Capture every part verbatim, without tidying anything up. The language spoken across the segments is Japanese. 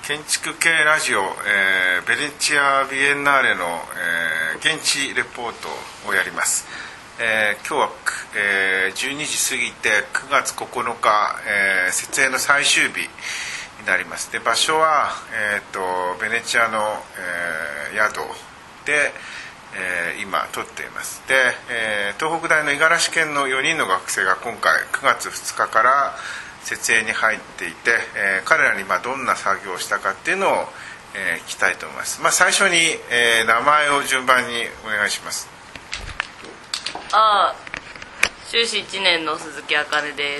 建築系ラジオ、えー、ベネチアビエンナーレの、えー、現地レポートをやります。えー、今日は、えー、じゅうにじ過ぎてくがつここのか、えー、設営の最終日になります。で、場所は、えー、とベネチアの、えー、宿で、えー、今撮っています。で、えー、東北大の五十嵐県のよにんの学生が今回くがつふつかから設営に入っていて、えー、彼らにまあどんな作業をしたかっていうのを、えー、聞きたいと思います。まあ、最初に、えー、名前を順番にお願いします。 ああ、修士いちねんの鈴木茜です。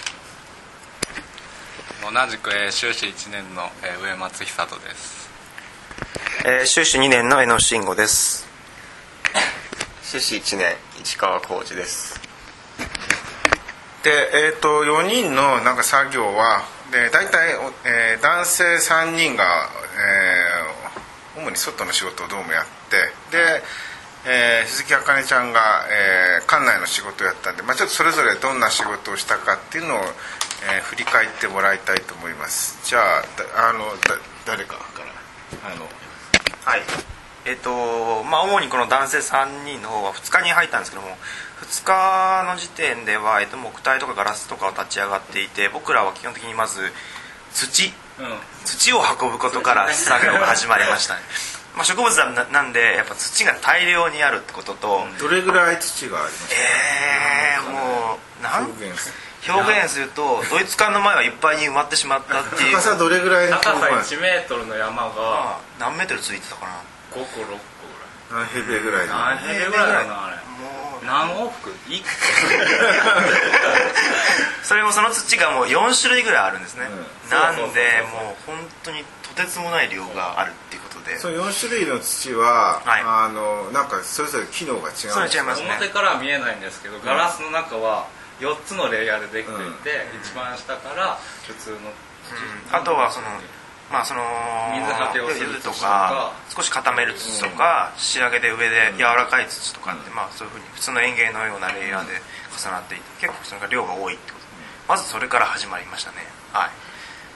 同じく、えー、修士いちねんの、えー、上松久人です。 えー、修士にねんの江野慎吾です。 修士いちねん市川浩二です。 で、えー、とよにんのなんか作業はで大体、えー、男性さんにんが、えー、主に外の仕事をどうもやってで、えー、鈴木茜ちゃんが、えー、館内の仕事をやったんで、まあ、ちょっとそれぞれどんな仕事をしたかっていうのを、えー、振り返ってもらいたいと思います。じゃあ、だあのだ誰かからあのはいえーとまあ、主にこの男性さんにんの方はふつかに入ったんですけども、ふつかの時点では、えー、と木体とかガラスとかを立ち上がっていて、僕らは基本的にまず土、うん、土を運ぶことから作業が始まりましたね。まあ植物な, なんでやっぱ土が大量にあるってことと、 どれぐらい土がありますか？ えー、もうなん表現するとドイツ艦の前はいっぱいに埋まってしまったっていう。 高さどれぐらいの高さいちメートルの山が何メートルついてたかな。 ごころっこぐらい。何平米ぐらい？ 何平米ぐらいだなあれ。もう何往復？いっそれもその土がもうよんしゅるいぐらいあるんですね、うん、なんでもう本当にとてつもない量があるっていうことで、 そのよんしゅるいの土は、はい、あのなんかそれぞれ機能が違うんですか？ それ違いますね。 表からは見えないんですけど、ガラスの中はよっつのレイヤーでできていて、うん、一番下から普通の土、 うん、あとはそのまあその水はけをするとか少し固める土とか、うん、仕上げで上で柔らかい土とかって、うん、まあそういうふうに普通の園芸のようなレイヤーで重なっていて、結構それが量が多いってこと、まずそれから始まりましたね。はい。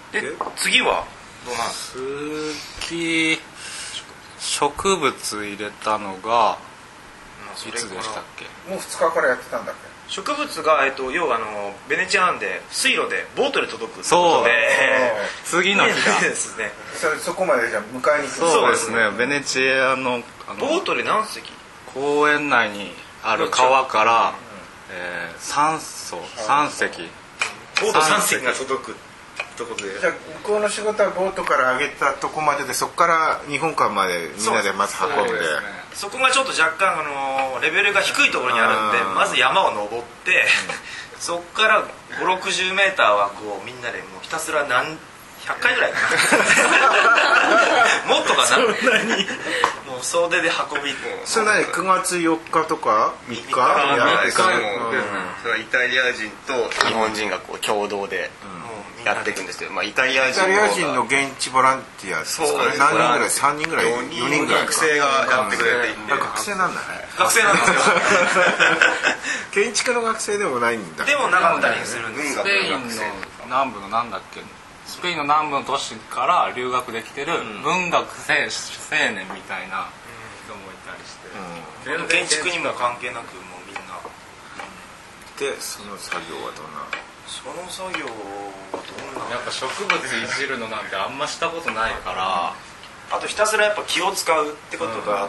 で次はどうなんですか？ 次植物入れたのがいつでしたっけ？ もうふつかからやってたんだっけ？ 植物が、えっと、要はあのベネチアなんで水路でボートで届くってことで、 次の日だですね。 そ, そこまでじゃ迎えに来る。 そうですね。ベネチア の, あのボートで何隻？ 公園内にある川から、うんえー、さんそうさん隻ボートさん隻が届くってことで、 じゃあ向こうの仕事はボートから上げたとこまでで、そこから日本館までみんなでまず運んで、 そ, そこがちょっと若干あのレベルが低いところにあるんで、まず山を登って、うん、そこからごじゅうろくじゅうメーターはこうみんなでもうひたすら何ひゃっかいぐらいかなもっとかな、そんなにもう総出で運び、 それ何くがつよっかとかみっか？ いやいっかもう、うん、それはイタリア人と日本人がこう共同でやっていくんですけど、まあ、イタリア人のイタリア人の現地ボランティアですかね。何人ぐらい？さんにんぐらい？よにんぐらい？ 学生がやってくれていて、 学生なんだね。 学生なんですよ建築の学生でもないんだ。 でもなかったりするんです。 スペインの南部のなんだっけ、スペインの南部の都市から留学できてる文学青年みたいな人もいたりして、 うん、建築にも関係なくもうみんなで、その作業はどんな？ その作業はどんな？ やっぱ植物いじるのなんてあんましたことないから、 あとひたすらやっぱ気を使うってことがあって、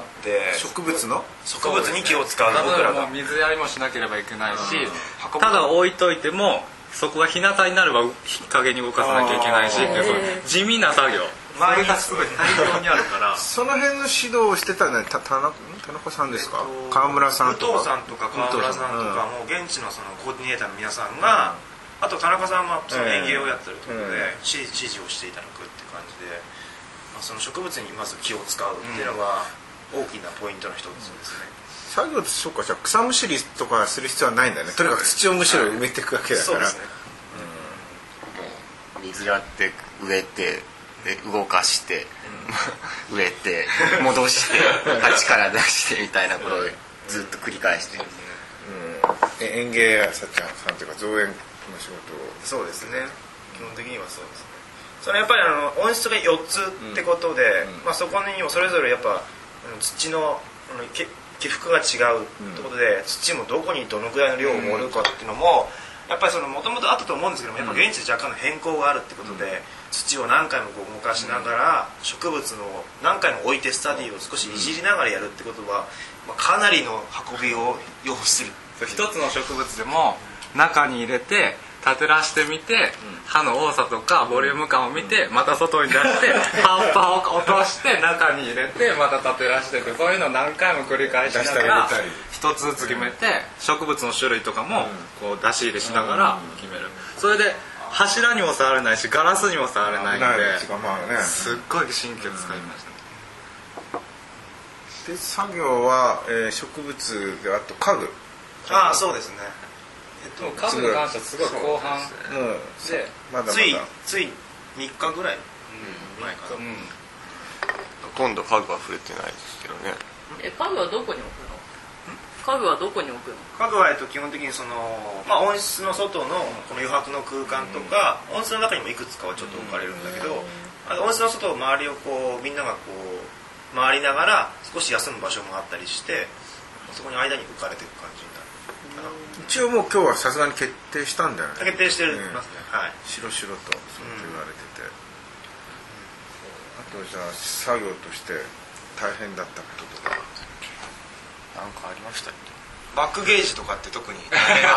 うん、植物の植物に気を使う僕らが水やりもしなければいけないし、うん、ただ置いといてもそこが日向になれば日陰に動かさなきゃいけないし、地味な作業、それがすごい大量にあるからその辺の指導をしてたのは田中田中さんですか？川村さんとか武藤さんとか川村さんとかも現地のそのコーディネーターの皆さんが、うん、あと田中さんはその園芸をやってるところで指示をしていただくっていう感じで、まあ、その植物にまず気を使うっていうのが大きなポイントの一つですね。 作業ってそうか、じゃあ草むしりとかする必要はないんだよね。とにかく土をむしろ埋めていくわけだから、はい、そうですね、 うん、水やって植えてで動かして、うん、植えて戻して鉢から出してみたいなことをずっと繰り返してるんですね、 うん、園芸やさっちゃんさんというか造園の仕事を。 そうですね、基本的にはそうですね。 それやっぱりあの温室がよっつってことで、うんまあ、そこにもそれぞれやっぱ土の起伏が違うってことで、うん、土もどこにどのくらいの量を盛るかっていうのもやっぱりもともとあったと思うんですけどもやっぱ現地で若干の変更があるってことで、うん、土を何回もこう動かしながら植物の何回も置いてスタディを少しいじりながらやるってことは、まあ、かなりの運びを要する。 一つの植物でも中に入れて立てらしてみて葉の多さとかボリューム感を見てまた外に出して葉っぱを落として中に入れてまた立てらしていくそういうのを何回も繰り返しながら一つずつ決めて植物の種類とかもこう出し入れしながら決める。それで柱にも触れないしガラスにも触れないのですっごい神経使いましたね。 で作業は、えー、植物であと家具ああそうですねでも家具に関してはすごい後半でまだまだついついみっかぐらい前かな、うん、 ほとんど家具は触れてないですけどね。 え家具はどこに置くの？家具はどこに置くの？ 家具は、えっと、基本的にその、まあ、温室の外のこの余白の空間とか、うん、温室の中にもいくつかはちょっと置かれるんだけど、うん、温室の外周りをこうみんながこう回りながら少し休む場所もあったりしてそこに間に置かれていく感じになる。 一応もう今日はさすがに決定したんだよね。 決定してますね、はい、 白々とそう言われてて、うん、あとじゃあ作業として大変だったこととか何かありましたっけ？ バックゲージとかって特に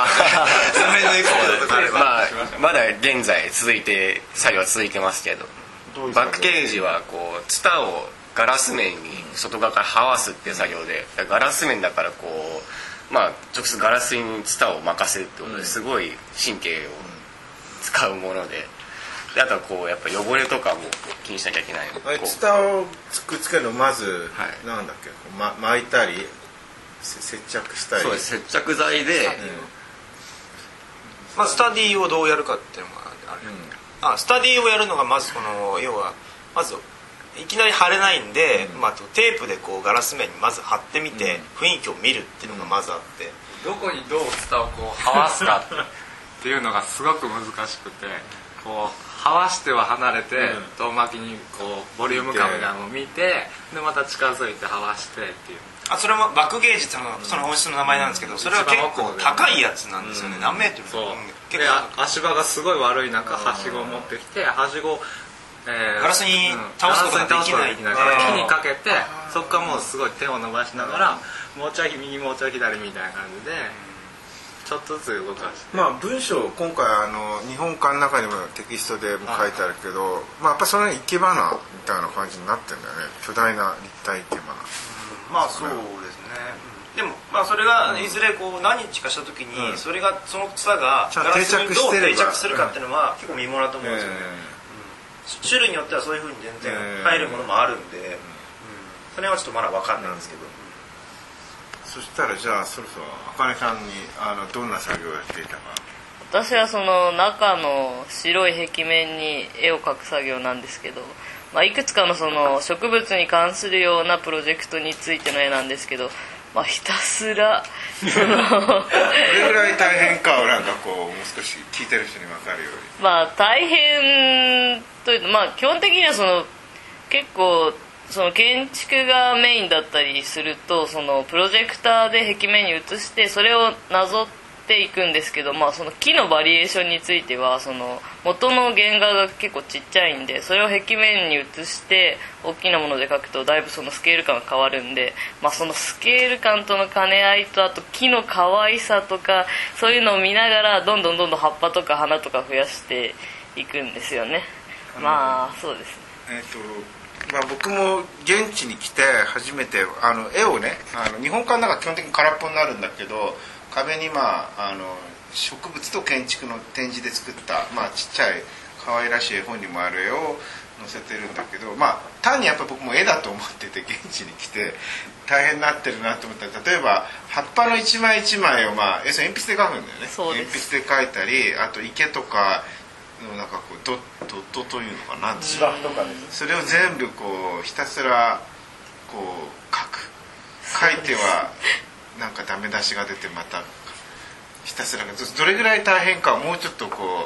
まあまだ現在続いて作業は続いてますけどバックゲージはこうツタをガラス面に外側から剥がすっていう作業でガラス面だからこうまあ直接ガラスにツタを任せるってことですごい神経を使うもので、であとはこうやっぱ汚れとかも気にしなきゃいけない。 ツタをくっつけるのまず、はい、なんだっけ、ま、巻いたり接着したり。 そうです、接着剤で、うん、 まあスタディをどうやるかっていうのがある、うん、あスタディをやるのがまずこの要はまずいきなり貼れないんで、うんまあ、テープでこうガラス面にまず貼ってみて、うん、雰囲気を見るっていうのがまずあって、 どこにどうツタをこうはわすかっていうのがすごく難しくてこうはわしては離れて、うん、遠巻きにこうボリューム感みたいなのを見てでまた近づいてはわしてっていう。 あそれもバックゲージっていうのがその本質の名前なんですけど、それは結構高いやつなんですよね、うん、何メートルそう、うん、結構足場がすごい悪い中はしごを持ってきてはしごえー、ガラスに倒すことができない、うん、木にかけてそこからもうすごい手を伸ばしながらもうちょい右もうちょい左みたいな感じでちょっとずつ動かして、 まあ文章今回あの日本館の中にもテキストでも書いてあるけど、まあやっぱその生け花みたいな感じになってるんだよね、巨大な立体生け花、 うん、まあそうですね、でもまあそれがいずれこう何日かした時にそれがその草がガラスにどう定着するかっていうのは結構見ものだと思うんですよね、えー種類によってはそういうふうに全然入るものもあるんで、うん、それはちょっとまだ分かんないんですけど、うん、 そしたらじゃあそろそろあかねさんにあのどんな作業をやっていたか。 私はその中の白い壁面に絵を描く作業なんですけど、まあ、いくつかのその植物に関するようなプロジェクトについての絵なんですけど、まあ、ひたすらそのどれぐらい大変かをなんかこうもう少し聞いてる人に分かるように。 まあ大変というと、まあ基本的にはその結構その建築がメインだったりするとそのプロジェクターで壁面に映してそれをなぞっていくんですけど、まあその木のバリエーションについてはその元の原画が結構ちっちゃいんでそれを壁面に映して大きなもので描くとだいぶそのスケール感が変わるんで、まあ、そのスケール感との兼ね合いとあと木の可愛さとかそういうのを見ながらどんどんどんどん葉っぱとか花とか増やしていくんですよね。まあそうですね、 えーとまあ、僕も現地に来て初めてあの絵をねあの日本館の中基本的に空っぽになるんだけど壁に、まあ、あの植物と建築の展示で作った、まあ、ちっちゃい可愛らしい絵本にもある絵を載せてるんだけど、まあ、単にやっぱ僕も絵だと思ってて現地に来て大変になってるなと思ったら例えば葉っぱの一枚一枚を、まあ、鉛筆で描くんだよね。鉛筆で描いたりあと池とかのなんかこうドットというのかな芝生とかねそれを全部こうひたすらこう描く描いてはなんかダメ出しが出てまたひたすらどれぐらい大変かもうちょっとこう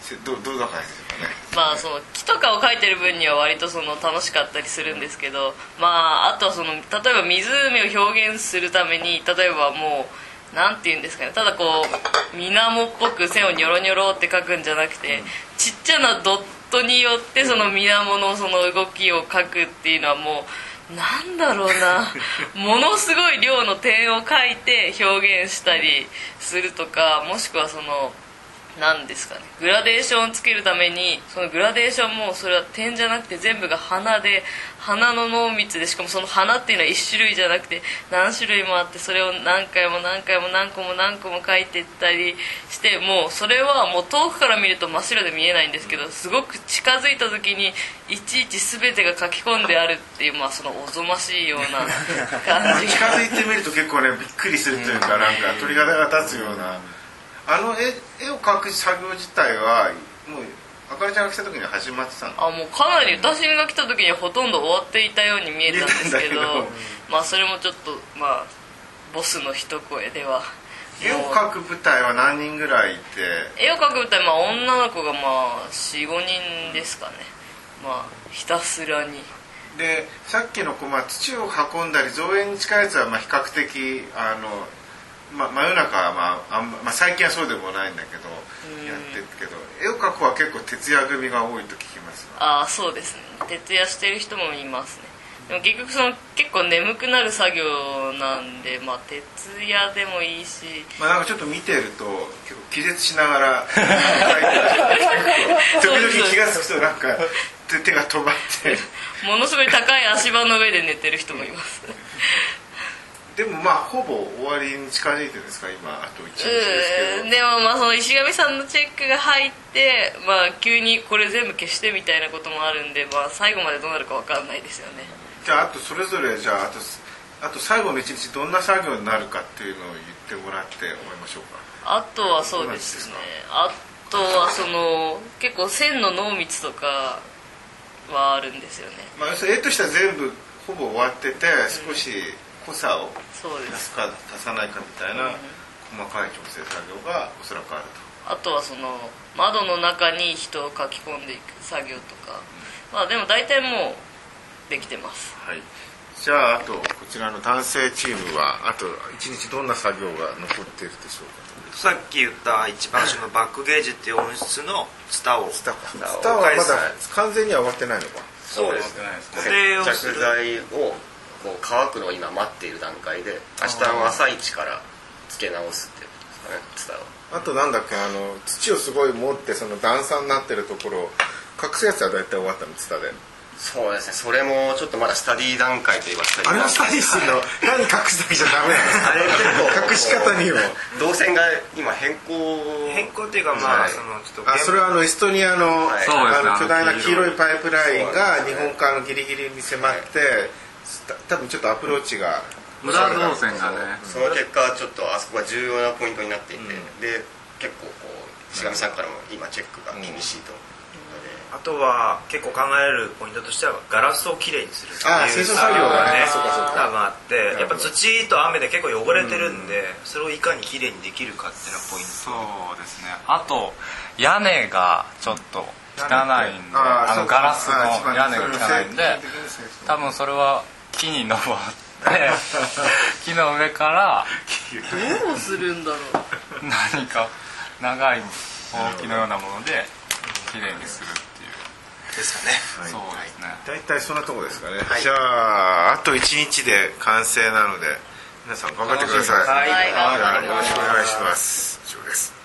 どどうだかですかね。 まあその木とかを描いてる分には割とその楽しかったりするんですけど、まああとはその例えば湖を表現するために例えばもうなんていうんですかね、ただこう水面っぽく線をニョロニョロって描くんじゃなくて、ちっちゃなドットによってその水面のその動きを描くっていうのはもうなんだろうなものすごい量の点を描いて表現したりするとか、もしくはそのなんですかね、グラデーションをつけるためにそのグラデーションもそれは点じゃなくて全部が花で、花の濃密で、しかもその花っていうのは一種類じゃなくて何種類もあって、それを何回も何回も何個も何個も描いていったりして、もうそれはもう遠くから見ると真っ白で見えないんですけど、すごく近づいた時にいちいち全てが書き込んであるっていう、まあそのおぞましいような感じが近づいてみると結構ねびっくりするというか、なんか鳥肌が立つような、あの 絵, 絵を描く作業自体はもうあかりちゃんが来た時には始まってたの？ あもうかなり私が来た時にはほとんど終わっていたように見えたんですけど、まあそれもちょっとまあボスの一声では。 絵を描く舞台は何人ぐらいいて？ 絵を描く舞台、まあ女の子がまあ よん、ごにんですかね。まあひたすらにで、さっきのこう、まあ、土を運んだり造園に近いやつはまあ比較的あのま、真夜中は、まああんままあ、最近はそうでもないんだけどやってるけど、絵を描くは結構徹夜組が多いと聞きますが。 ああそうですね、徹夜してる人もいますね。でも結局その結構眠くなる作業なんで、まあ徹夜でもいいし、 まあ、なんかちょっと見てると結構気絶しながら時々気が付くとなんか手手が止まってものすごい高い足場の上で寝てる人もいますでもまあほぼ終わりに近づいてるんですか今、あといちにちですけど。 でもまあその石上さんのチェックが入って、まあ、急にこれ全部消してみたいなこともあるんで、まあ、最後までどうなるか分かんないですよね。 じゃああとそれぞれじゃああとあと最後の一日どんな作業になるかっていうのを言ってもらって思いましょうか。 あとはそうですね、あとはその結構線の濃密とかはあるんですよね。 まあ、絵としては全部ほぼ終わってて、少し濃さを足すか足さないかみたいな細かい調整作業がおそらくあると。 あとはその窓の中に人を書き込んでいく作業とか、まあでも大体もうできてます。 はい、じゃああとこちらの男性チームはあといちにちどんな作業が残っているでしょうか。 さっき言った一番初のバックゲージっていう音質のツタをツタかツタはまだ完全には終わってないのか。 そうですね、着剤をこう乾くのを今待っている段階で、明日の朝一から付け直すっていうことですかね、ツタを。 あとなんだっけ、あの土をすごい持ってその段差になってるところを隠すやつは大体終わったのツタで。 そうですね、それもちょっとまだスタディ段階といえばスタディあれはスタディするの何隠すだけじゃダメなのあれ結構隠し方にも動線が今変更変更っていうかまあ、はい、そのちょっとあそれはあのエストニアの、はい、あの巨大な黄色いパイプラインが日本海のギリギリに迫って、はい、多分ちょっとアプローチが裏動線がね、 その結果ちょっとあそこが重要なポイントになっていて、うん、で結構こうしがみさんからも今チェックが厳しいと、うん、 あとは結構考えるポイントとしてはガラスをきれいにするっていうあ清掃作業がねあってやっぱ土と雨で結構汚れてるんで、うん、それをいかにきれいにできるかっていうのがポイント。 そうですね、あと屋根がちょっと汚いんで、ああのガラスの屋根が汚いんで、多分それは木に登って木の上からどうするんだろう何か長いほうきのようなものできれいにするっていうですかね。 はい、そうですね、 大体そんなところですかね、 はい、 じゃああといちにちで完成なので皆さん頑張ってください。 はい、 はい、よろしくお願いします。以上です。